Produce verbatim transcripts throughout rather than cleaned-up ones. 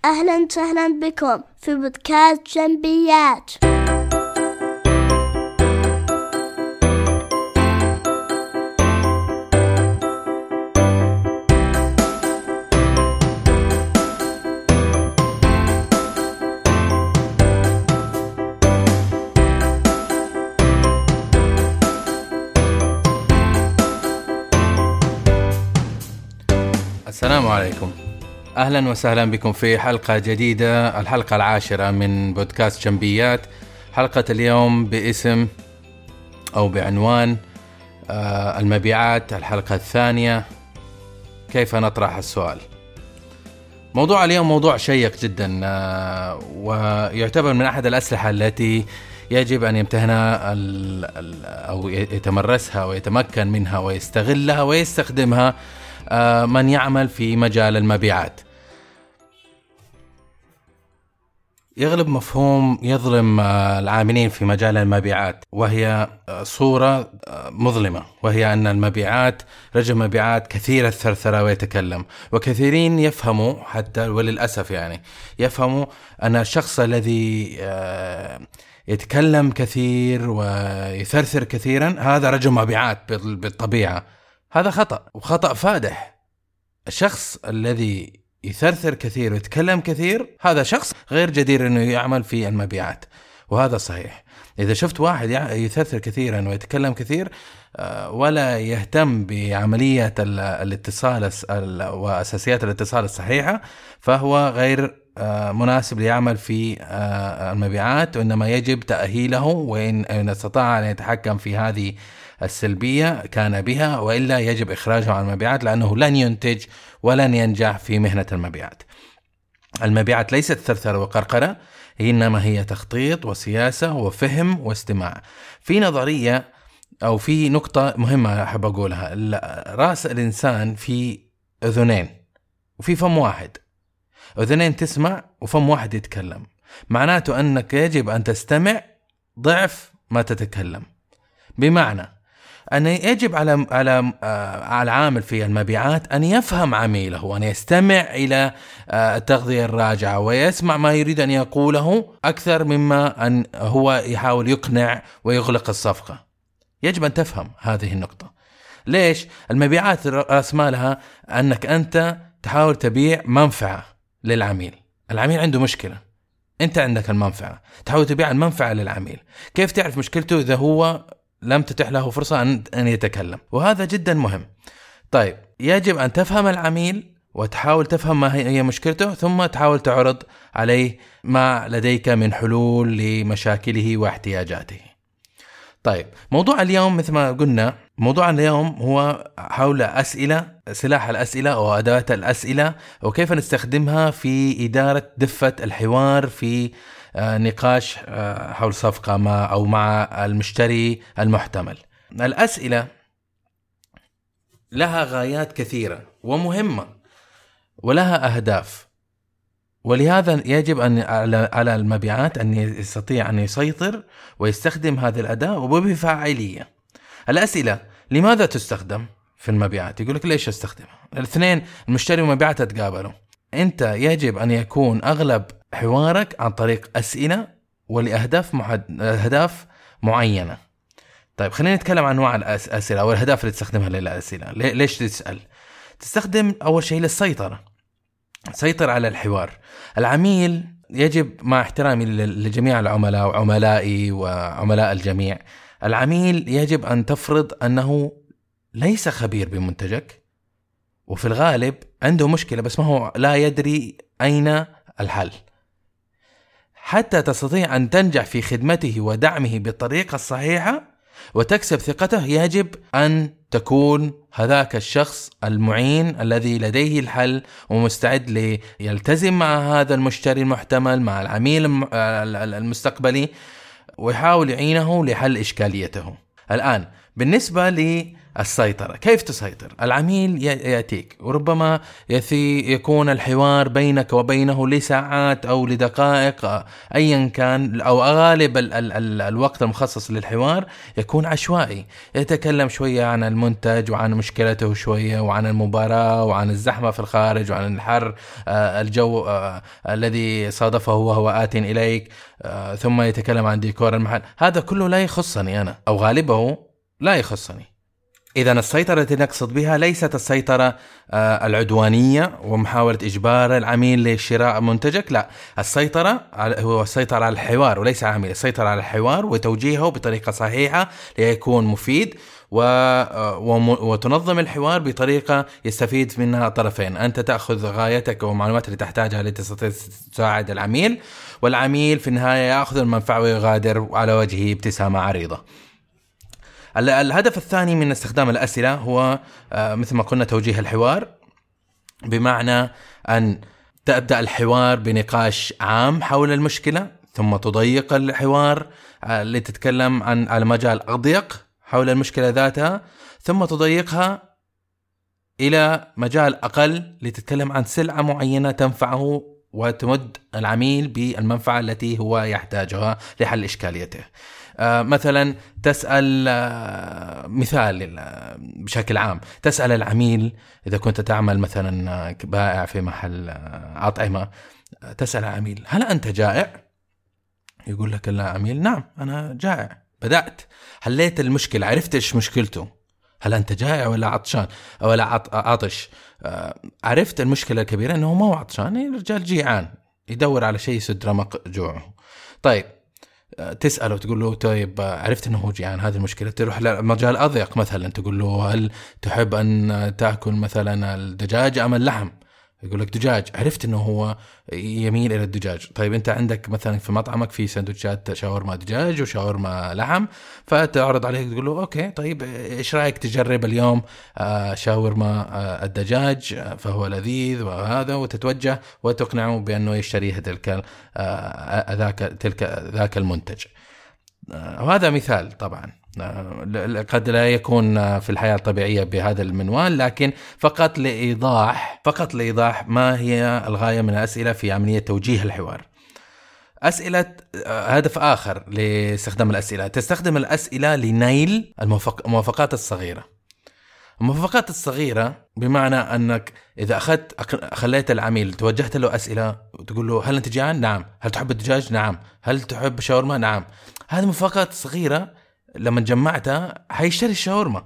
أهلا وسهلا بكم في بودكاست جنبيات. السلام عليكم، أهلا وسهلا بكم في حلقة جديدة، الحلقة العاشرة من بودكاست جنبيات. حلقة اليوم باسم أو بعنوان آه المبيعات، الحلقة الثانية، كيف نطرح السؤال. موضوع اليوم موضوع شيق جدا آه ويعتبر من أحد الأسلحة التي يجب أن يمتهنها أو يتمرسها ويتمكن منها ويستغلها ويستخدمها آه من يعمل في مجال المبيعات. يغلب مفهوم يظلم العاملين في مجال المبيعات، وهي صورة مظلمة، وهي أن المبيعات رجل مبيعات كثير الثرثرة ويتكلم، وكثيرين يفهموا حتى وللأسف يعني يفهموا أن الشخص الذي يتكلم كثير ويثرثر كثيرا هذا رجل مبيعات بالطبيعة. هذا خطأ وخطأ فادح. الشخص الذي يثرثر كثير ويتكلم كثير هذا شخص غير جدير انه يعمل في المبيعات، وهذا صحيح. اذا شفت واحد يثرثر كثيرا ويتكلم كثير ولا يهتم بعملية الاتصال واساسيات الاتصال الصحيحة فهو غير مناسب ليعمل في المبيعات، وانما يجب تأهيله، وان استطاع ان يتحكم في هذه السلبية كان بها، وإلا يجب إخراجه عن المبيعات، لأنه لن ينتج ولن ينجح في مهنة المبيعات. المبيعات ليست ثرثرة وقرقرة، إنما هي تخطيط وسياسة وفهم واستماع. في نظرية أو في نقطة مهمة أحب أقولها: رأس الإنسان في أذنين وفي فم واحد. أذنين تسمع وفم واحد يتكلم، معناته أنك يجب أن تستمع ضعف ما تتكلم. بمعنى أن يجب على على على العامل في المبيعات أن يفهم عميله وأن يستمع إلى التغذية الراجعة ويسمع ما يريد أن يقوله أكثر مما أن هو يحاول يقنع ويغلق الصفقة. يجب أن تفهم هذه النقطة. ليش؟ المبيعات رأس مالها أنك أنت تحاول تبيع منفعة للعميل. العميل عنده مشكلة، أنت عندك المنفعة، تحاول تبيع المنفعة للعميل. كيف تعرف مشكلته إذا هو لم تتح له فرصة أن يتكلم؟ وهذا جدا مهم. طيب، يجب أن تفهم العميل وتحاول تفهم ما هي مشكلته، ثم تحاول تعرض عليه ما لديك من حلول لمشاكله واحتياجاته. طيب، موضوع اليوم مثل ما قلنا، موضوع اليوم هو حول أسئلة، سلاح الأسئلة أو أدوات الأسئلة، وكيف نستخدمها في إدارة دفة الحوار في نقاش حول صفقة ما أو مع المشتري المحتمل. الأسئلة لها غايات كثيرة ومهمة ولها أهداف، ولهذا يجب أن على المبيعات أن يستطيع أن يسيطر ويستخدم هذه الأداة وبفاعلية. الأسئلة لماذا تستخدم في المبيعات؟ يقولك ليش استخدمها؟ الاثنين، المشتري والمبيعات تقابلوا. أنت يجب أن يكون أغلب حوارك عن طريق أسئلة ولأهداف محد... أهداف معينة. طيب، خلينا نتكلم عن أنواع الأسئلة والأهداف اللي تستخدمها للأسئلة. ليش تسأل؟ تستخدم أول شيء للسيطرة، سيطر على الحوار. العميل يجب، مع احترامي لجميع العملاء وعملائي وعملاء الجميع، العميل يجب أن تفرض أنه ليس خبير بمنتجك، وفي الغالب عنده مشكلة بس ما هو لا يدري أين الحل. حتى تستطيع أن تنجح في خدمته ودعمه بالطريقة الصحيحة وتكسب ثقته، يجب أن تكون هذاك الشخص المعين الذي لديه الحل ومستعد ليلتزم مع هذا المشتري المحتمل، مع العميل المستقبلي، ويحاول يعينه لحل إشكاليته. الآن بالنسبة السيطرة. كيف تسيطر؟ العميل يأتيك وربما يثي يكون الحوار بينك وبينه لساعات أو لدقائق أيا كان، أو غالب ال ال ال الوقت المخصص للحوار يكون عشوائي. يتكلم شوية عن المنتج وعن مشكلته شوية وعن المباراة وعن الزحمة في الخارج وعن الحر، آه الجو آه الذي صادفه وهو آت إليك، آه ثم يتكلم عن ديكور المحل. هذا كله لا يخصني أنا، أو غالبه لا يخصني. إذا السيطرة التي نقصد بها ليست السيطرة آه العدوانية ومحاولة إجبار العميل لشراء منتجك، لا، السيطرة هو السيطرة على الحوار وليس عميل. السيطرة على الحوار وتوجيهه بطريقة صحيحة ليكون مفيد، وتنظم الحوار بطريقة يستفيد منها الطرفين. أنت تأخذ غايتك ومعلومات اللي تحتاجها لتستطيع تساعد العميل، والعميل في النهاية يأخذ المنفعة ويغادر على وجهه ابتسامة عريضة. الهدف الثاني من استخدام الأسئلة هو مثل ما قلنا توجيه الحوار، بمعنى أن تبدأ الحوار بنقاش عام حول المشكلة، ثم تضيق الحوار لتتكلم عن على مجال أضيق حول المشكلة ذاتها، ثم تضيقها إلى مجال أقل لتتكلم عن سلعة معينة تنفعه وتمد العميل بالمنفعة التي هو يحتاجها لحل إشكاليته. آه مثلا تسأل آه مثال آه بشكل عام، تسأل العميل إذا كنت تعمل مثلا بائع في محل آه أطعمة، آه تسأل العميل هل أنت جائع؟ يقول لك العميل نعم أنا جائع. بدأت حليت المشكلة، عرفت إيش مشكلته، هل أنت جائع ولا عطشان ولا عطش. آه عرفت المشكلة الكبيرة أنه ما هو عطشان، الرجال جيعان يدور على شيء يسد رمق جوعه. طيب تسأله وتقول له طيب عرفت أنه هو جيعان، هذه المشكلة. تروح لمجال أضيق مثلا تقول له هل تحب أن تأكل مثلا الدجاج أم اللحم؟ يقول لك دجاج. عرفت أنه هو يميل إلى الدجاج. طيب أنت عندك مثلا في مطعمك في سندوتشات شاورما دجاج وشاورما لحم، فتعرض عليه تقول له أوكي طيب إيش رأيك تجرب اليوم شاورما الدجاج فهو لذيذ وهذا، وتتوجه وتقنعه بأنه يشتريه تلك ذاك تلك ذاك المنتج. وهذا مثال طبعا قد لا يكون في الحياة الطبيعية بهذا المنوال، لكن فقط لإيضاح فقط لإيضاح ما هي الغاية من الأسئلة في عملية توجيه الحوار. أسئلة هدف آخر لاستخدام الأسئلة، تستخدم الأسئلة لنيل الموافقات الصغيرة. الموافقات الصغيرة بمعنى أنك إذا أخذت خليت العميل توجهت له أسئلة وتقول له هل أنت جعان؟ نعم. هل تحب الدجاج؟ نعم. هل تحب شاورما؟ نعم. هذه موافقات صغيرة لما جمعتها حيشتري الشاورما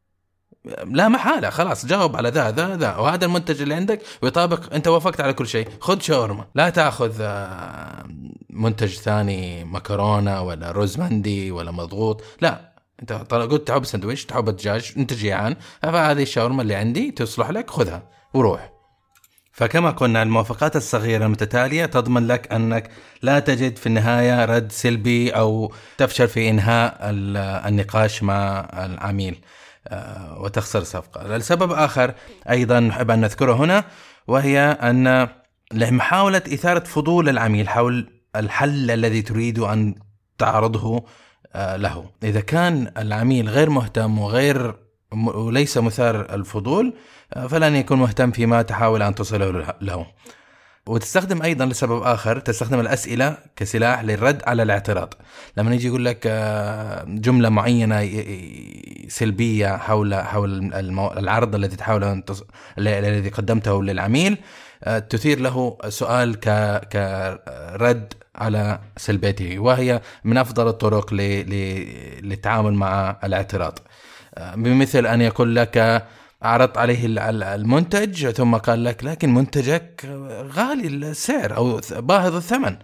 لا محالة، خلاص جاوب على ذا ذا ذا وهذا المنتج اللي عندك ويطابق، أنت وافقت على كل شيء، خذ شاورما. لا تأخذ منتج ثاني مكرونة ولا رز مندي ولا مضغوط، لا، أنت قلت تحب سندويش تحب الدجاج أنت جيعان، فهذه الشاورما اللي عندي تصلح لك خذها وروح. فكما قلنا الموافقات الصغيرة المتتالية تضمن لك أنك لا تجد في النهاية رد سلبي أو تفشل في إنهاء النقاش مع العميل وتخسر صفقة. لسبب آخر أيضا نحب أن نذكره هنا، وهي أن لمحاولة إثارة فضول العميل حول الحل الذي تريد أن تعرضه له. إذا كان العميل غير مهتم وغير وليس مثار الفضول فلن يكون مهتم فيما تحاول أن تصله له. وتستخدم أيضا لسبب آخر، تستخدم الأسئلة كسلاح للرد على الاعتراض. لما يجي يقول لك جملة معينة سلبية حول حول العرض الذي تحاول أن تص... الذي قدمته للعميل، تثير له سؤال ك... كرد على سلبيته، وهي من أفضل الطرق ل... ل... للتعامل مع الاعتراض. بمثل أن يقول لك عرضت عليه المنتج ثم قال لك لكن منتجك غالي السعر أو باهظ الثمن،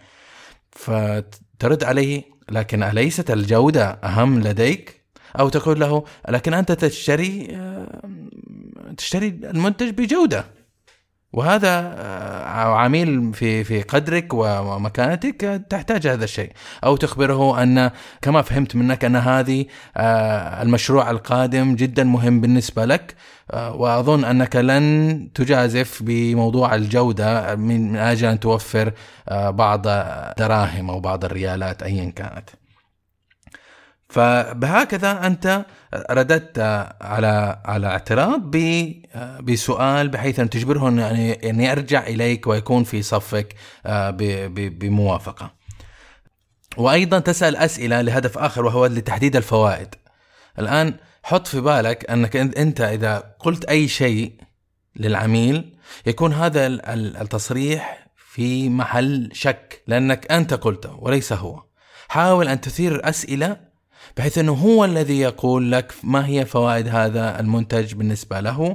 فترد عليه لكن أليست الجودة أهم لديك؟ أو تقول له لكن أنت تشتري تشتري المنتج بجودة، وهذا عميل في في قدرك ومكانتك تحتاج هذا الشيء. أو تخبره أن كما فهمت منك أن هذه المشروع القادم جدا مهم بالنسبة لك، وأظن أنك لن تجازف بموضوع الجودة من أجل أن توفر بعض دراهم أو بعض الريالات أيا كانت. فبهكذا أنت رددت على على اعتراض بسؤال بحيث أن تجبره أن يرجع إليك ويكون في صفك بموافقة. وأيضا تسأل أسئلة لهدف آخر وهو لتحديد الفوائد. الآن حط في بالك أنك أنت إذا قلت أي شيء للعميل يكون هذا التصريح في محل شك لأنك أنت قلته وليس هو. حاول أن تثير أسئلة بحيث أنه هو الذي يقول لك ما هي فوائد هذا المنتج بالنسبة له،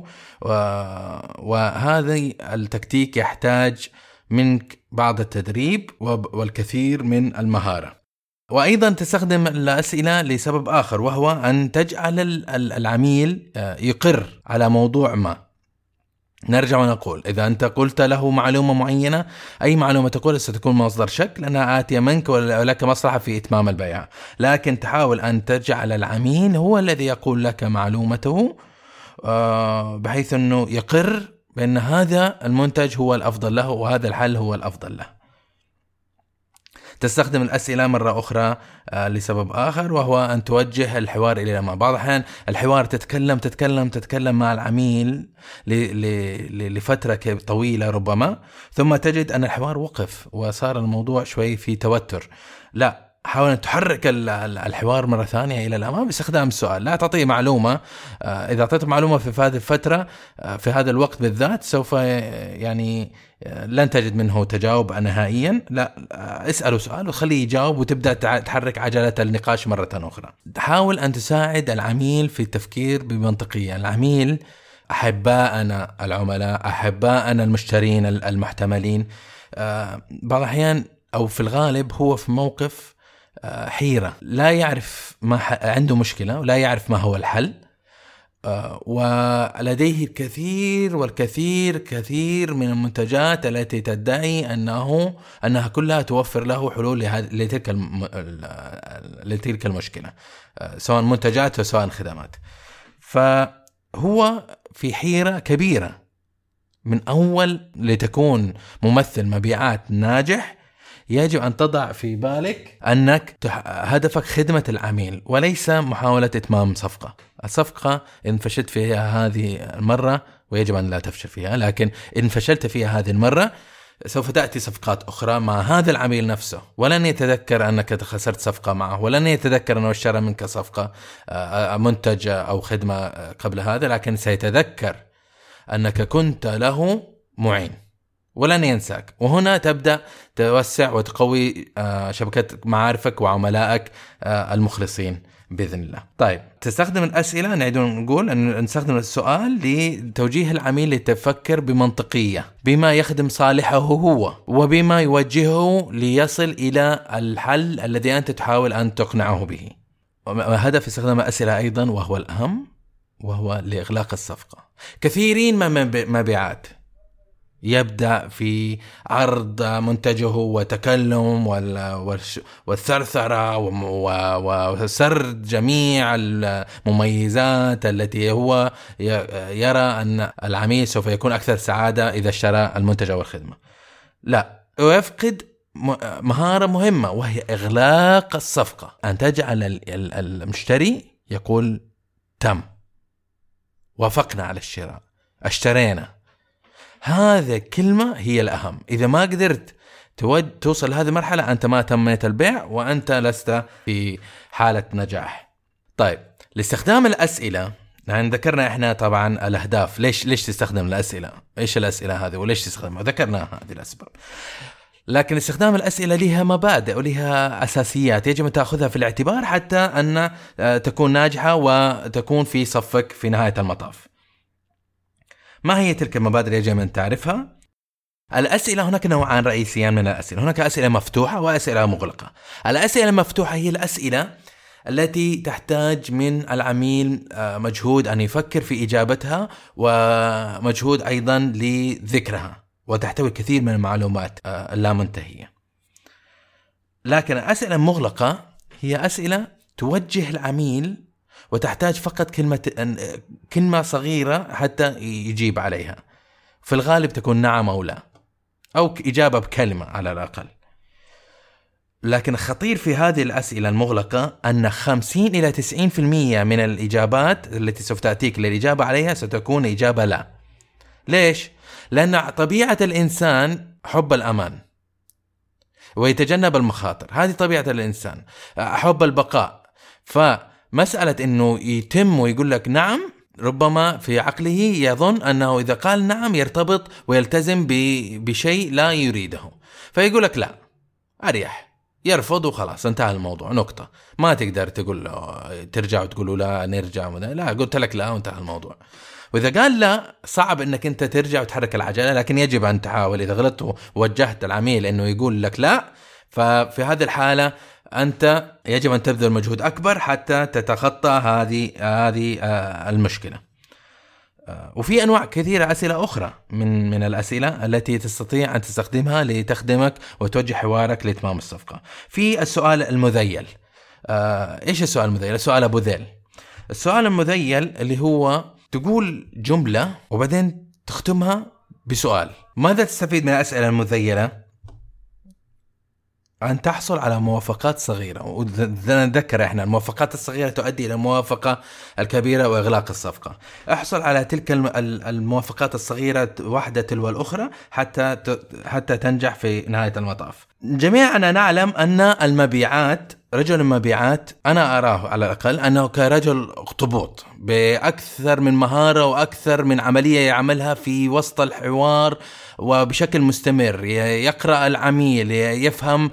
وهذا التكتيك يحتاج منك بعض التدريب والكثير من المهارة. وأيضا تستخدم الأسئلة لسبب آخر وهو أن تجعل العميل يقر على موضوع ما. نرجع ونقول إذا أنت قلت له معلومة معينة، أي معلومة تقول ستكون مصدر شك لأنها آتية منك ولك مصلحة في إتمام البيع، لكن تحاول أن تجعل العميل هو الذي يقول لك معلومته بحيث أنه يقر بأن هذا المنتج هو الأفضل له وهذا الحل هو الأفضل له. تستخدم الأسئلة مرة أخرى لسبب آخر وهو أن توجه الحوار إلى الأمام. بعض الأحيان الحوار تتكلم تتكلم تتكلم مع العميل لفترة طويلة ربما، ثم تجد أن الحوار وقف وصار الموضوع شوي في توتر. لا، حاول أن تحرك الحوار مرة ثانية إلى الأمام باستخدام السؤال. لا تعطيه معلومة، إذا أعطيت معلومة في هذه الفترة في هذا الوقت بالذات سوف يعني لن تجد منه تجاوب نهائيا. لا، اسأله سؤال وخليه يجاوب وتبدأ تحرك عجلة النقاش مرة أخرى. حاول أن تساعد العميل في التفكير بمنطقية. العميل أحباءنا العملاء، أحباءنا المشترين المحتملين، بعض الأحيان أو في الغالب هو في موقف حيرة، لا يعرف ما عنده مشكلة ولا يعرف ما هو الحل، ولديه الكثير والكثير كثير من المنتجات التي تدعي أنه أنها كلها توفر له حلول لتلك لتلك المشكلة، سواء منتجات وسواء خدمات. فهو في حيرة كبيرة. من أول لتكون ممثل مبيعات ناجح يجب أن تضع في بالك أنك هدفك خدمة العميل وليس محاولة إتمام صفقة. الصفقة إن فشلت فيها هذه المرة، ويجب أن لا تفشل فيها، لكن إن فشلت فيها هذه المرة سوف تأتي صفقات أخرى مع هذا العميل نفسه، ولن يتذكر أنك خسرت صفقة معه، ولن يتذكر أنه اشترى منك صفقة منتج أو خدمة قبل هذا، لكن سيتذكر أنك كنت له معين ولن ينساك. وهنا تبدأ توسع وتقوي شبكة معارفك وعملائك المخلصين بإذن الله. طيب، تستخدم الأسئلة، نعيد نقول أن نستخدم السؤال لتوجيه العميل لتفكر بمنطقية بما يخدم صالحه هو وبما يوجهه ليصل إلى الحل الذي أنت تحاول أن تقنعه به. وهدف استخدام الأسئلة أيضا وهو الأهم وهو لإغلاق الصفقة. كثيرين من مبيعات يبدأ في عرض منتجه وتكلم والثرثرة وسرد جميع المميزات التي هو يرى أن العميل سوف يكون أكثر سعادة إذا اشترى المنتج أو الخدمة. لا، ويفقد مهارة مهمة وهي إغلاق الصفقة. أن تجعل المشتري يقول تم، وافقنا على الشراء، اشترينا. هذا كلمة هي الأهم. إذا ما قدرت توصل لهذه المرحلة أنت ما تميت البيع وأنت لست في حالة نجاح. طيب، لاستخدام الأسئلة، يعني ذكرنا إحنا طبعا الأهداف. ليش ليش تستخدم الأسئلة؟ إيش الأسئلة هذه وليش تستخدمها؟ ذكرنا هذه الأسباب. لكن استخدام الأسئلة لها مبادئ ولها أساسيات يجب أن تأخذها في الاعتبار حتى أن تكون ناجحة وتكون في صفك في نهاية المطاف. ما هي تلك المبادئ يجب أن تعرفها؟ الأسئلة، هناك نوعان رئيسيان من الأسئلة. هناك أسئلة مفتوحة وأسئلة مغلقة. الأسئلة المفتوحة هي الأسئلة التي تحتاج من العميل مجهود أن يفكر في إجابتها ومجهود أيضا لذكرها، وتحتوي كثير من المعلومات اللامنتهية. لكن الأسئلة المغلقة هي أسئلة توجه العميل وتحتاج فقط كلمة كلمة صغيرة حتى يجيب عليها. في الغالب تكون نعم أو لا، أو إجابة بكلمة على الأقل. لكن خطير في هذه الأسئلة المغلقة أن خمسين إلى تسعين بالمئة من الإجابات التي سوف تأتيك للإجابة عليها ستكون إجابة لا. ليش؟ لأن طبيعة الإنسان حب الأمان ويتجنب المخاطر، هذه طبيعة الإنسان، حب البقاء. فمسألة أنه يتم ويقول لك نعم، ربما في عقله يظن أنه إذا قال نعم يرتبط ويلتزم بشيء لا يريده، فيقول لك لا، أريح، يرفض وخلاص انتهى الموضوع، نقطة. ما تقدر تقول له ترجع وتقول لا نرجع، لا، قلت لك لا وانتهى الموضوع. وإذا قال لا، صعب أنك أنت ترجع وتحرك العجلة، لكن يجب أن تحاول. إذا غلطت ووجهت العميل أنه يقول لك لا، ففي هذه الحالة أنت يجب أن تبذل مجهود أكبر حتى تتخطى هذه هذه المشكلة. وفي أنواع كثيرة أسئلة أخرى من من الأسئلة التي تستطيع أن تستخدمها لتخدمك وتوجه حوارك لإتمام الصفقة. في السؤال المذيل. إيش السؤال المذيل؟ السؤال أبو ذيل. السؤال المذيل اللي هو تقول جملة وبعدين تختمها بسؤال. ماذا تستفيد من الأسئلة المذيلة؟ أن تحصل على موافقات صغيرة، ونذكر إحنا الموافقات الصغيرة تؤدي إلى الموافقة الكبيرة وإغلاق الصفقة. احصل على تلك الموافقات الصغيرة واحدة تلو الأخرى حتى حتى تنجح في نهاية المطاف. جميعنا نعلم أن المبيعات، رجل المبيعات أنا أراه على الأقل أنه كرجل اخطبوط بأكثر من مهارة وأكثر من عملية يعملها في وسط الحوار وبشكل مستمر. يقرأ العميل، يفهم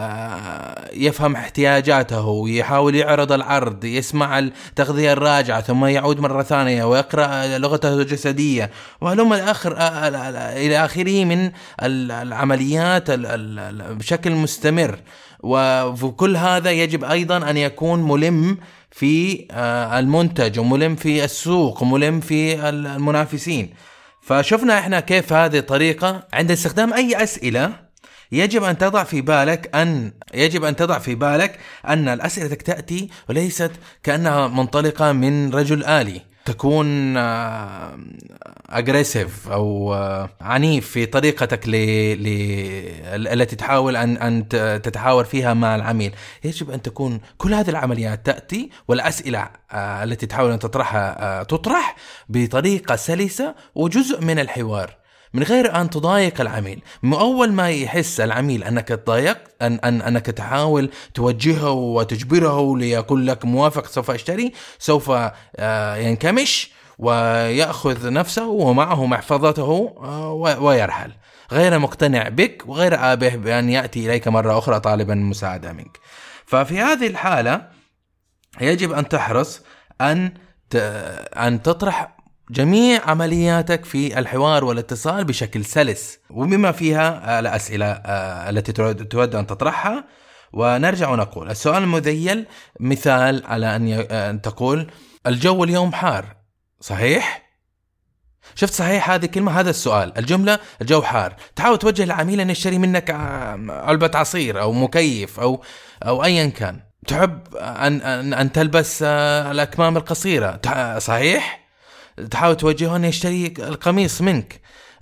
يفهم احتياجاته ويحاول يعرض العرض، يسمع التغذية الراجعة ثم يعود مرة ثانية ويقرأ لغته الجسدية وهلم الآخر إلى آخره من العمليات بشكل مستمر. وكل هذا يجب أيضا أن يكون ملم في المنتج وملم في السوق وملم في المنافسين. فشفنا إحنا كيف هذه الطريقة عند استخدام أي أسئلة يجب أن تضع في بالك أن يجب أن تضع في بالك أن الأسئلة تأتي وليست كأنها منطلقة من رجل آلي، تكون أجريسيف أو عنيف في طريقتك ل... ل... التي تحاول أن أن تتحاور فيها مع العميل. يجب أن تكون كل هذه العمليات تأتي والأسئلة التي تحاول أن تطرحها تطرح بطريقة سلسة وجزء من الحوار من غير أن تضايق العميل. من أول ما يحس العميل أنك تضايق أن أن أنك تحاول توجهه وتجبره ليقول لك موافق سوف أشتري، سوف ينكمش ويأخذ نفسه ومعه محفظته ويرحل غير مقتنع بك وغير آبه بأن يأتي إليك مرة أخرى طالبا مساعدة منك. ففي هذه الحالة يجب أن تحرص أن أن تطرح جميع عملياتك في الحوار والاتصال بشكل سلس وبما فيها الأسئلة التي تود أن تطرحها. ونرجع ونقول السؤال المذيل مثال على أن تقول الجو اليوم حار، صحيح؟ شفت صحيح هذه كلمة، هذا السؤال، الجملة الجو حار. تحاول توجه العميل أن يشتري منك علبة عصير أو مكيف أو أو أيا كان. تحب أن أن, أن تلبس الأكمام القصيرة، صحيح؟ تحاول توجهه أن يشتري القميص منك.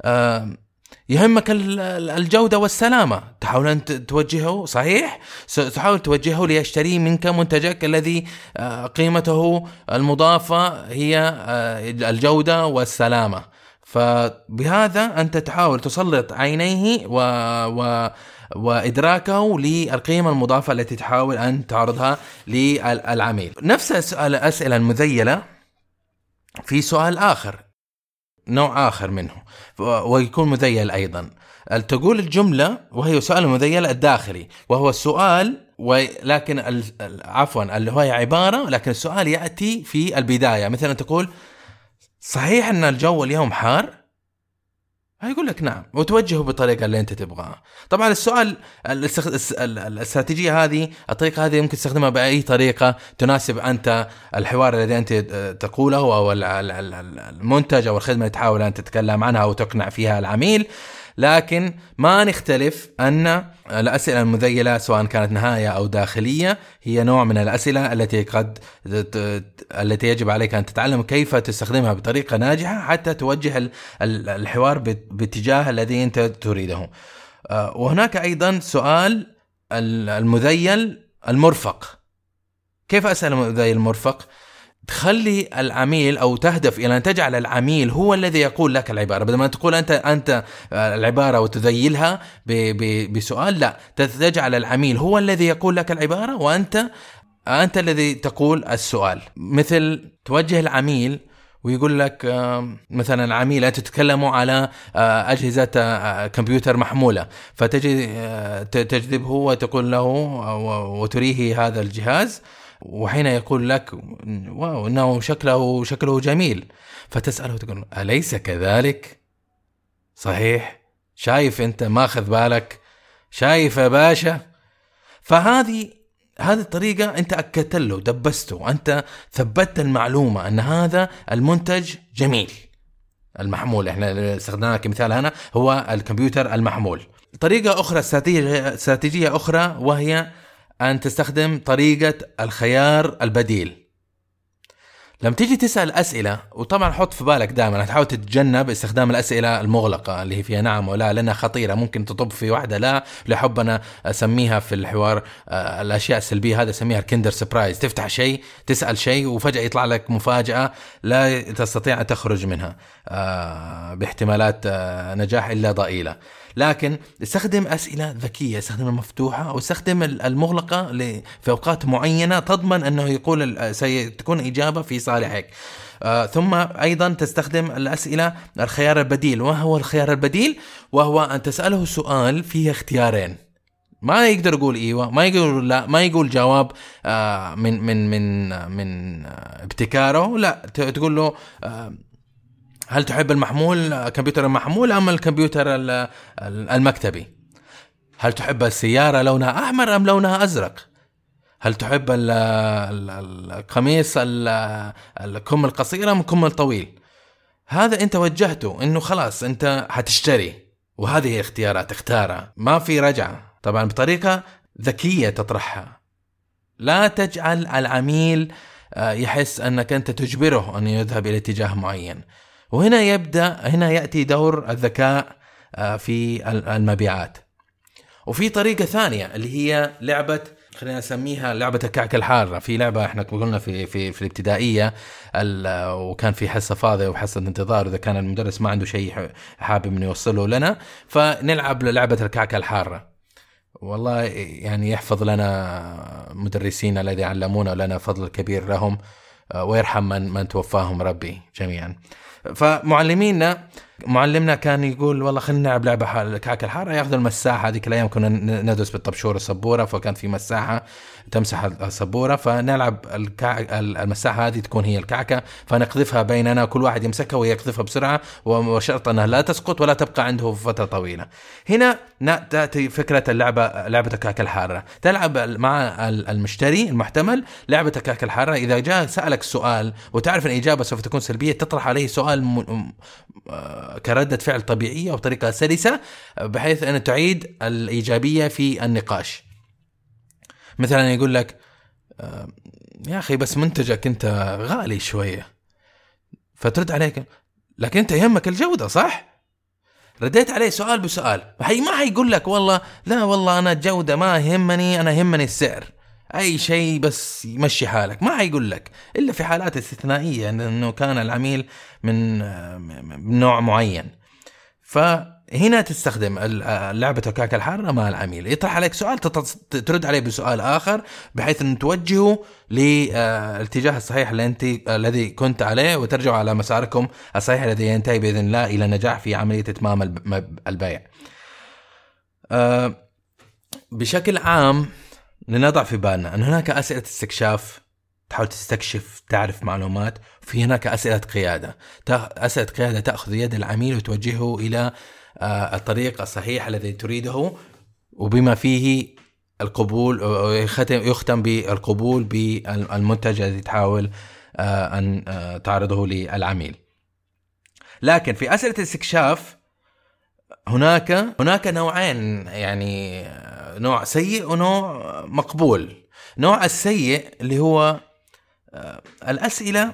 يهمك الجودة والسلامة، تحاول أن توجهه، صحيح؟ تحاول توجهه ليشتري منك منتجك الذي قيمته المضافة هي الجودة والسلامة. فبهذا أنت تحاول تسلط عينيه و... و... وإدراكه للقيمة المضافة التي تحاول أن تعرضها للعميل. نفس الأسئلة المذيلة في سؤال آخر، نوع آخر منه ويكون مذيل أيضا. تقول الجملة وهي سؤال مذيل الداخلي، وهو السؤال ولكن عفوا اللي هو عبارة، لكن السؤال يأتي في البداية. مثلا تقول صحيح أن الجو اليوم حار؟ هيقول لك نعم، وتوجهه بالطريقة اللي أنت تبغاها. طبعا السؤال الاستراتيجية هذه، الطريقة هذه يمكن تستخدمها بأي طريقة تناسب أنت الحوار الذي أنت تقوله أو المنتج أو الخدمة اللي تحاول أن تتكلم عنها أو تقنع فيها العميل. لكن ما نختلف أن الأسئلة المذيلة سواء كانت نهاية أو داخلية هي نوع من الأسئلة التي قد التي يجب عليك أن تتعلم كيف تستخدمها بطريقة ناجحة حتى توجه الحوار باتجاه الذي أنت تريده. وهناك أيضا سؤال المذيل المرفق. كيف أسأل المذيل المرفق؟ تخلي العميل أو تهدف إلى أن تجعل العميل هو الذي يقول لك العبارة، بدل ما تقول أنت أنت العبارة وتذيلها بسؤال، لا، تجعل العميل هو الذي يقول لك العبارة وأنت أنت الذي تقول السؤال. مثل توجه العميل ويقول لك مثلا العميل أنت تتكلموا على أجهزة كمبيوتر محمولة، فتجي تجذبه وتقول له وتريه هذا الجهاز، وحين يقول لك واو إنه شكله شكله جميل، فتسأله تقول أليس كذلك؟ صحيح، شايف أنت ماخذ بالك، شايف يا باشا. فهذه هذه الطريقة أنت أكدت له، دبسته، أنت ثبتت المعلومة أن هذا المنتج جميل. المحمول احنا استخدمناه كمثال هنا هو الكمبيوتر المحمول. طريقة أخرى، استراتيجية استراتيجية أخرى، وهي أن تستخدم طريقة الخيار البديل. لما تيجي تسأل أسئلة، وطبعا حط في بالك دائما تحاول تتجنب استخدام الأسئلة المغلقة اللي هي فيها نعم ولا، لأنها خطيرة، ممكن تطب في واحدة لا. لحب أنا أسميها في الحوار آه الأشياء السلبية هذا أسميها الكندر سبرايز. تفتح شيء، تسأل شيء، وفجأة يطلع لك مفاجأة لا تستطيع أن تخرج منها آه باحتمالات آه نجاح إلا ضئيلة. لكن استخدم أسئلة ذكية، استخدم المفتوحة واستخدم المغلقة في أوقات معينة تضمن أنه يقول سيكون إجابة في صالحك. آه ثم أيضا تستخدم الأسئلة الخيار البديل. وهو الخيار البديل؟ وهو أن تسأله سؤال فيه اختيارين، ما يقدر يقول إيوه، ما يقول لا، ما يقول جواب آه من من من من ابتكاره، لا، تقول له آه هل تحب المحمول كمبيوتر المحمول أم الكمبيوتر المكتبي؟ هل تحب السيارة لونها أحمر أم لونها أزرق؟ هل تحب القميص الكم القصير أم الكم الطويل؟ هذا أنت وجهته إنه خلاص أنت هتشتري، وهذه اختيارات اختارها، ما في رجعة. طبعا بطريقة ذكية تطرحها، لا تجعل العميل يحس أنك أنت تجبره أن يذهب إلى اتجاه معين. وهنا يبدأ هنا يأتي دور الذكاء في المبيعات. وفي طريقة ثانية اللي هي لعبة، خلينا نسميها لعبة الكعكة الحارة. في لعبة احنا قلنا في في في الابتدائية، وكان في حصة فاضية وحصة انتظار، إذا كان المدرس ما عنده شيء حابب إنه يوصله لنا، فنلعب لعبة الكعكة الحارة. والله يعني يحفظ لنا مدرسين الذي علمونا، ولنا فضل كبير لهم، ويرحم من من توفاهم ربي جميعا. فمعلمينا معلمنا كان يقول والله خلينا نلعب لعبة الكعكة الحارة. ياخذ المساحة، هذيك الأيام كنا ندرس بالطبشور السبورة، فكان في مساحة تمسح السبورة، فنلعب الكعك المساحة هذه تكون هي الكعكة، فنقذفها بيننا، كل واحد يمسكها ويقذفها بسرعة، وشرط أنها لا تسقط ولا تبقى عنده فترة طويلة. هنا تأتي فكرة اللعبة، لعبة الكعكة الحارة. تلعب مع المشتري المحتمل لعبة الكعكة الحارة. إذا جاء سألك سؤال وتعرف أن الإجابة سوف تكون سلبية، تطرح عليه سؤال م... كردة فعل طبيعية وبطريقة سلسة، بحيث أن تعيد الإيجابية في النقاش. مثلا يقول لك يا أخي بس منتجك أنت غالي شوية، فترد عليك لكن أنت يهمك الجودة صح؟ رديت عليه سؤال بسؤال، هي ما هيقول لك والله لا والله أنا الجودة ما يهمني، أنا يهمني السعر، أي شيء بس يمشي حالك. ما هيقول لك إلا في حالات استثنائية أنه كان العميل من نوع معين. فهنا تستخدم لعبة الكعكة الحارة مع العميل. يطرح عليك سؤال ترد عليه بسؤال آخر، بحيث أن توجهه للاتجاه الصحيح اللي أنت الذي كنت عليه، وترجع على مساركم الصحيح الذي ينتهي بإذن الله إلى نجاح في عملية إتمام البيع. بشكل عام لنضع في بالنا أن هناك أسئلة استكشاف، تحاول تستكشف تعرف معلومات، وفي هناك أسئلة قيادة. أسئلة قيادة تأخذ يد العميل وتوجهه إلى الطريق الصحيح الذي تريده، وبما فيه القبول، يختم بالقبول بالمنتج الذي تحاول أن تعرضه للعميل. لكن في أسئلة الاستكشاف هناك هناك نوعين، يعني نوع سيء ونوع مقبول. نوع السيء اللي هو الأسئلة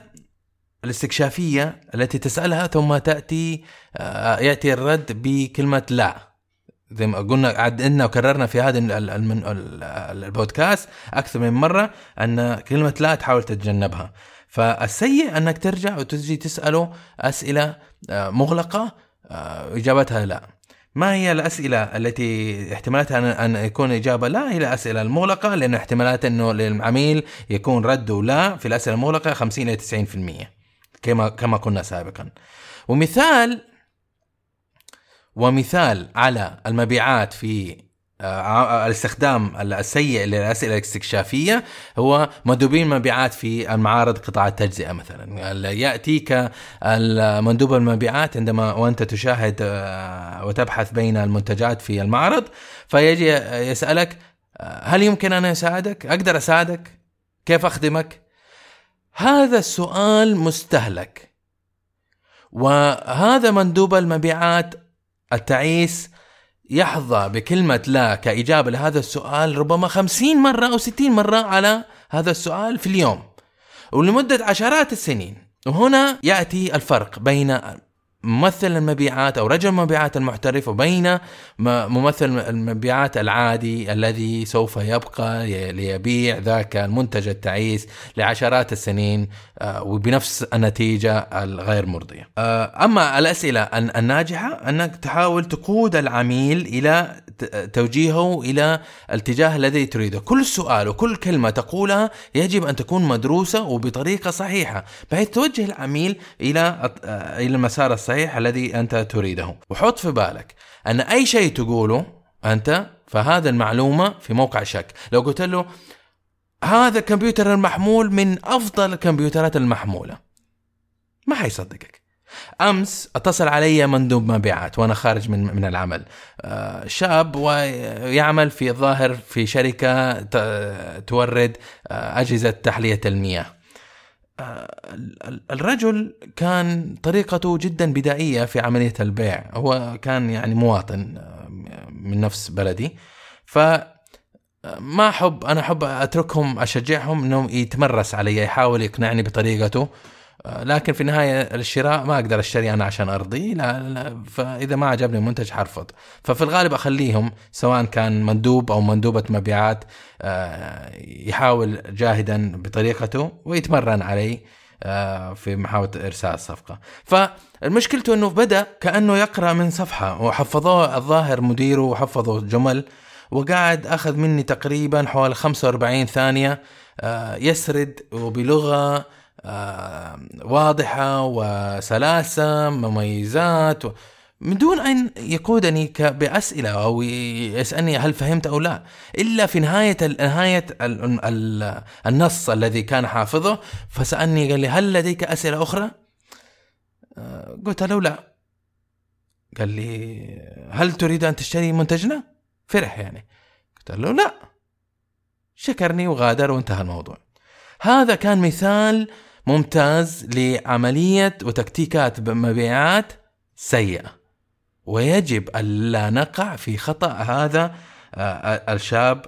الاستكشافية التي تسألها ثم تأتي يأتي الرد بكلمة لا، زي ما قلنا عدنا وكررنا في هذا البودكاست أكثر من مرة أن كلمة لا تحاول تتجنبها. فالسيء أنك ترجع وتجي تسأله أسئلة مغلقة إجابتها لا. ما هي الأسئلة التي احتمالاتها أن يكون إجابة لا؟ هي الأسئلة المغلقة، لأن احتمالات أنه للعميل يكون رده لا في الأسئلة المغلقة خمسين إلى تسعين بالمئة كما كما قلنا سابقا. ومثال ومثال على المبيعات في الاستخدام السيء للأسئلة الاستكشافية هو مندوبين مبيعات في المعارض قطاع التجزئة مثلا. يأتيك المندوب المبيعات عندما وأنت تشاهد وتبحث بين المنتجات في المعرض، فيجي يسألك هل يمكن أن أساعدك؟ أقدر أساعدك؟ كيف أخدمك؟ هذا السؤال مستهلك، وهذا مندوب المبيعات التعيس يحظى بكلمة لا كإجابة لهذا السؤال ربما خمسين مرة أو ستين مرة على هذا السؤال في اليوم ولمدة عشرات السنين. وهنا يأتي الفرق بين ممثل المبيعات أو رجل المبيعات المحترف وبين ممثل المبيعات العادي الذي سوف يبقى ليبيع ذاك المنتج التعيس لعشرات السنين وبنفس النتيجة الغير مرضية. أما الأسئلة الناجحة أنك تحاول تقود العميل إلى توجيهه إلى الاتجاه الذي تريده. كل سؤال وكل كلمة تقولها يجب أن تكون مدروسة وبطريقة صحيحة بحيث توجه العميل إلى إلى المسار الصحيح الذي أنت تريده. وحط في بالك أن أي شيء تقوله أنت فهذا المعلومة في موقع شك. لو قلت له هذا الكمبيوتر المحمول من أفضل الكمبيوترات المحمولة ما حيصدقك. أمس اتصل علي مندوب مبيعات وأنا خارج من من العمل، شاب ويعمل في الظاهر في شركة تورد أجهزة تحلية المياه. الرجل كان طريقته جدا بدائية في عملية البيع، هو كان يعني مواطن من نفس بلدي، فما أحب أنا أحب أتركهم أشجعهم إنهم يتمرس علي، يحاول يقنعني بطريقته، لكن في النهاية الشراء ما أقدر أشتري أنا عشان أرضي، لا لا، فإذا ما عجبني المنتج حرفض. ففي الغالب أخليهم سواء كان مندوب أو مندوبة مبيعات يحاول جاهدا بطريقته ويتمرن علي في محاولة إرساء الصفقة. فالمشكلته أنه بدأ كأنه يقرأ من صفحة، وحفظوه الظاهر مديره وحفظوا جمل، وقاعد أخذ مني تقريبا حوالي خمسة وأربعين ثانية يسرد وبلغة واضحة وسلاسة مميزات من دون أن يقودني بأسئلة أو يسألني هل فهمت أو لا، إلا في نهاية نهاية النص الذي كان حافظه فسألني قال لي هل لديك أسئلة أخرى؟ قلت له لا. قال لي هل تريد أن تشتري منتجنا؟ فرح يعني. قلت له لا، شكرني وغادر وانتهى الموضوع. هذا كان مثال ممتاز لعملية وتكتيكات مبيعات سيئة، ويجب ألا نقع في خطأ هذا الشاب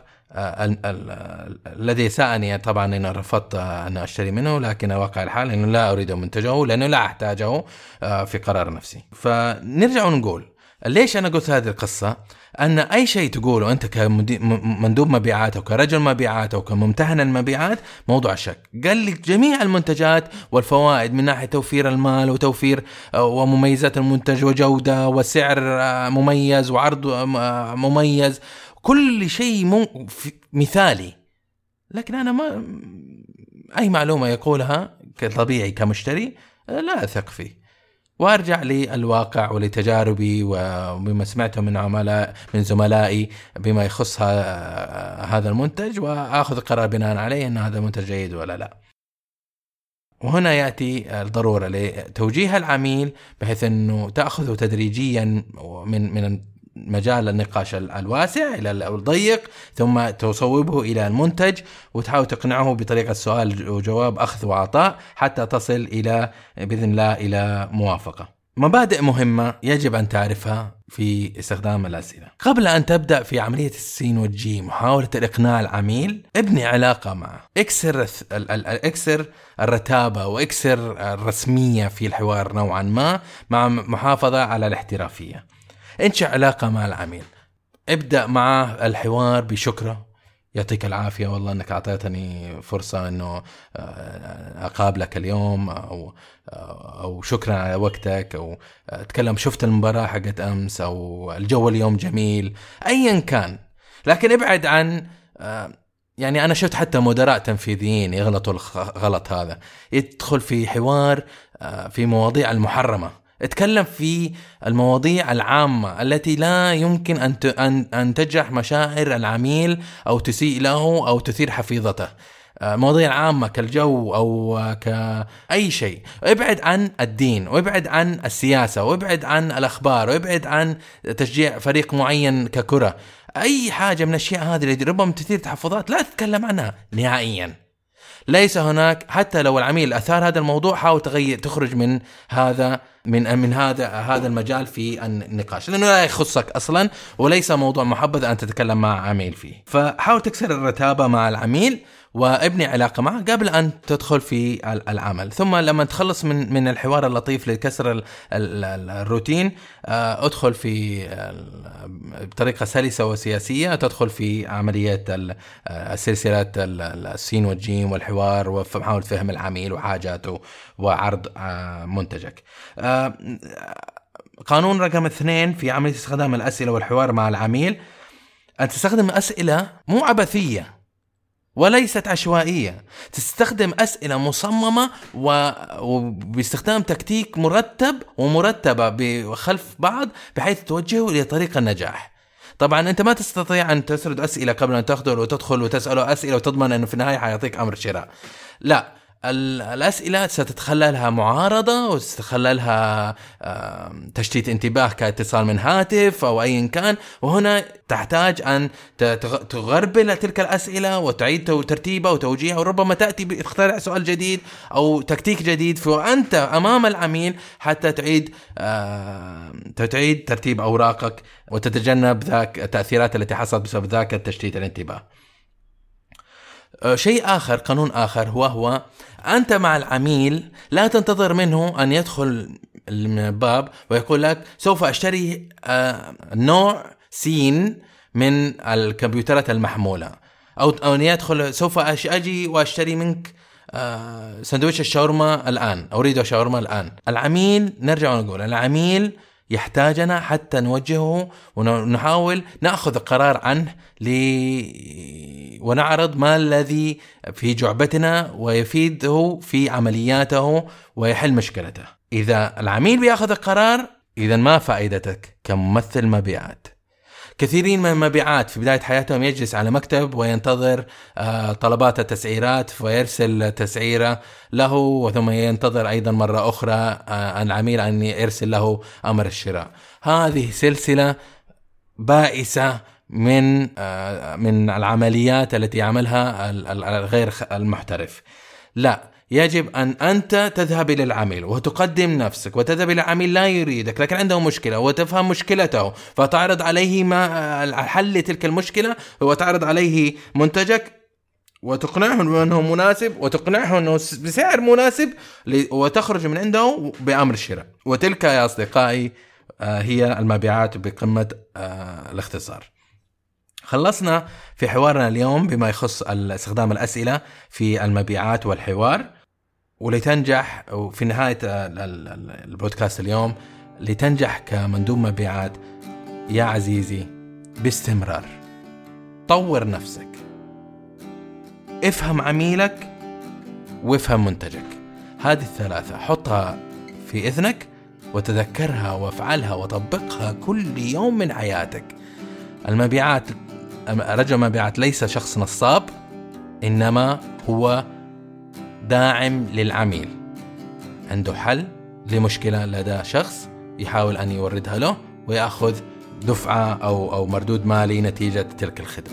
الذي سألني. طبعا أنا رفضت أن أشتري منه، لكن واقع الحال أنه لا أريد منتجه لأنه لا أحتاجه في قرار نفسي. فنرجع ونقول ليش أنا قلت هذه القصة، أن أي شيء تقوله أنت كمندوب مبيعات أو كرجل مبيعات أو كممتهن المبيعات موضوع شك. قال لك جميع المنتجات والفوائد من ناحية توفير المال وتوفير ومميزات المنتج وجودة وسعر مميز وعرض مميز، كل شيء مثالي، لكن أنا ما أي معلومة يقولها كطبيعي كمشتري لا أثق فيه، وارجع للواقع ولتجاربي وبما سمعته من عملاء من زملائي بما يخص هذا المنتج، واخذ قرار بناء عليه ان هذا المنتج جيد ولا لا. وهنا ياتي الضروره لتوجيه العميل بحيث انه تاخذه تدريجيا من من مجال النقاش الواسع الى الضيق، ثم تصوبه الى المنتج وتحاول تقنعه بطريقه سؤال وجواب، اخذ وعطاء، حتى تصل الى باذن الله الى موافقه. مبادئ مهمه يجب ان تعرفها في استخدام الاسئله قبل ان تبدا في عمليه السين والجيم، محاوله الاقناع العميل. ابني علاقه معه، اكسر اكسر الرتابه واكسر الرسميه في الحوار نوعا ما، مع محافظه على الاحترافيه. انشأ علاقة مع العميل. ابدأ معه الحوار بشكره، يعطيك العافية والله أنك أعطيتني فرصة أنه أقابلك اليوم، أو أو شكرا على وقتك، أو أتكلم شفت المباراة حقت أمس، أو الجو اليوم جميل، أيا كان. لكن ابعد عن، يعني أنا شفت حتى مدراء تنفيذيين يغلطوا الغلط هذا، يدخل في حوار في مواضيع المحرمة، اتكلم في المواضيع العامة التي لا يمكن أن أن تجرح مشاعر العميل أو تسيء له أو تثير حفيظته. مواضيع عامة كالجو أو كأي شيء. ابعد عن الدين، وابعد عن السياسة، وابعد عن الأخبار، وابعد عن تشجيع فريق معين ككرة. أي حاجة من الأشياء هذه اللي ربما تثير تحفظات لا تتكلم عنها نهائيا. ليس هناك، حتى لو العميل أثار هذا الموضوع، حاول تغير تخرج من هذا من من هذا هذا المجال في النقاش، لأنه لا يخصك أصلا وليس موضوع محبذ أن تتكلم مع عميل فيه. فحاول تكسر الرتابة مع العميل وابني علاقة معه قبل أن تدخل في العمل. ثم لما تخلص من من الحوار اللطيف لكسر الروتين، ادخل في بطريقة سلسة وسياسية، تدخل في عملية السلسلة السين والجيم والحوار، ومحاولة فهم العميل وحاجاته وعرض منتجك. قانون رقم اثنين في عملية استخدام الأسئلة والحوار مع العميل، أن تستخدم أسئلة مو عبثية وليست عشوائية. تستخدم أسئلة مصممة وباستخدام تكتيك مرتب ومرتبة بخلف بعض بحيث توجهه إلى طريق النجاح. طبعا أنت ما تستطيع أن تسرد أسئلة قبل أن تاخذه وتدخل وتسأله أسئلة وتضمن أنه في النهاية حيعطيك أمر شراء. لا، الأسئلة ستتخللها معارضة، وستتخللها تشتيت انتباه كاتصال من هاتف أو أيا كان، وهنا تحتاج أن تغربل تلك الأسئلة وتعيد ترتيبها وتوجيهها، وربما تأتي باختراع سؤال جديد أو تكتيك جديد وأنت أمام العميل حتى تعيد تعيد ترتيب أوراقك وتتجنب ذاك التأثيرات التي حصلت بسبب ذاك التشتيت الانتباه. شيء آخر، قانون آخر، هو هو أنت مع العميل لا تنتظر منه أن يدخل الباب ويقول لك سوف أشتري نوع سين من الكمبيوترات المحمولة، أو أن يدخل سوف أجي وأشتري منك سندويش الشاورما الآن، أريد شاورما الآن. العميل، نرجع ونقول، العميل يحتاجنا حتى نوجهه ونحاول نأخذ قرار عنه لي ونعرض ما الذي في جعبتنا ويفيده في عملياته ويحل مشكلته. إذا العميل بيأخذ القرار، إذا ما فائدتك كممثل مبيعات. كثيرين من المبيعات في بداية حياتهم يجلس على مكتب وينتظر طلبات التسعيرات ويرسل تسعيرة له، وثم ينتظر أيضا مرة أخرى العميل أن يرسل له أمر الشراء. هذه سلسلة بائسة من من العمليات التي يعملها الغير المحترف. لا، يجب أن أنت تذهب إلى العميل وتقدم نفسك وتذهب إلى العميل لا يريدك لكن عنده مشكلة، وتفهم مشكلته فتعرض عليه ما حل تلك المشكلة، وتعرض عليه منتجك وتقنعه أنه مناسب، وتقنعه أنه بسعر مناسب، وتخرج من عنده بأمر الشراء. وتلك يا أصدقائي هي المبيعات بقمة الاختصار. خلصنا في حوارنا اليوم بما يخص استخدام الأسئلة في المبيعات والحوار. ولتنجح في نهاية البودكاست اليوم، لتنجح كمندوب مبيعات يا عزيزي باستمرار، طور نفسك، افهم عميلك وافهم منتجك. هذه الثلاثة حطها في إذنك وتذكرها وافعلها وطبقها كل يوم من حياتك. المبيعات، رجل مبيعات ليس شخص نصاب، إنما هو داعم للعميل، عنده حل لمشكلة لدى شخص يحاول أن يوردها له ويأخذ دفعة أو أو مردود مالي نتيجة تلك الخدمة.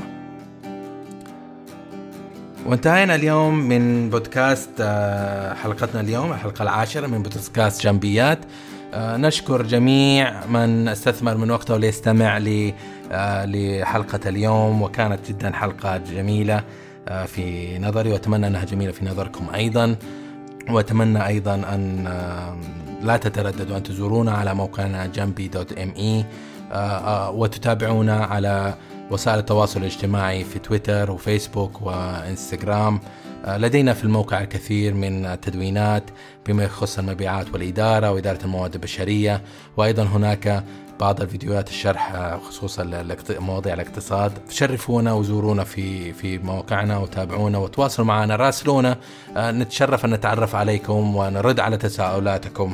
وانتهينا اليوم من بودكاست حلقتنا اليوم، الحلقة العاشرة من بودكاست جنبيات. نشكر جميع من استثمر من وقته ليستمع لحلقة اليوم، وكانت جدا حلقة جميلة في نظري، وأتمنى أنها جميلة في نظركم أيضا. وأتمنى أيضا أن لا تترددوا أن تزورونا على موقعنا جنبي دوت ام اي، وتتابعونا على وسائل التواصل الاجتماعي في تويتر وفيسبوك وإنستغرام. لدينا في الموقع الكثير من التدوينات بما يخص المبيعات والإدارة وإدارة الموارد البشرية، وأيضا هناك بعض الفيديوهات الشرح خصوصا مواضيع الاقتصاد. شرفونا وزورونا في في مواقعنا وتابعونا وتواصلوا معنا، راسلونا، نتشرف أن نتعرف عليكم ونرد على تساؤلاتكم.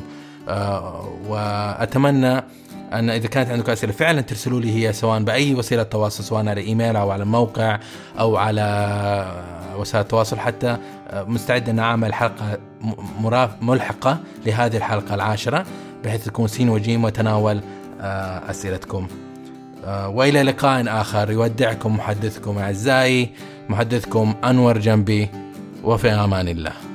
وأتمنى أن إذا كانت عندكم أسئلة فعلا ترسلوا لي هي سواء بأي وسيلة تواصل، سواء على إيميل أو على الموقع أو على وسائل التواصل. حتى مستعد أن أعمل حلقة ملحقة لهذه الحلقة العاشرة بحيث تكون سين وجيم وتناول أسئلتكم. وإلى لقاء آخر، يودعكم محدثكم أعزائي، محدثكم أنور جنبي، وفي أمان الله.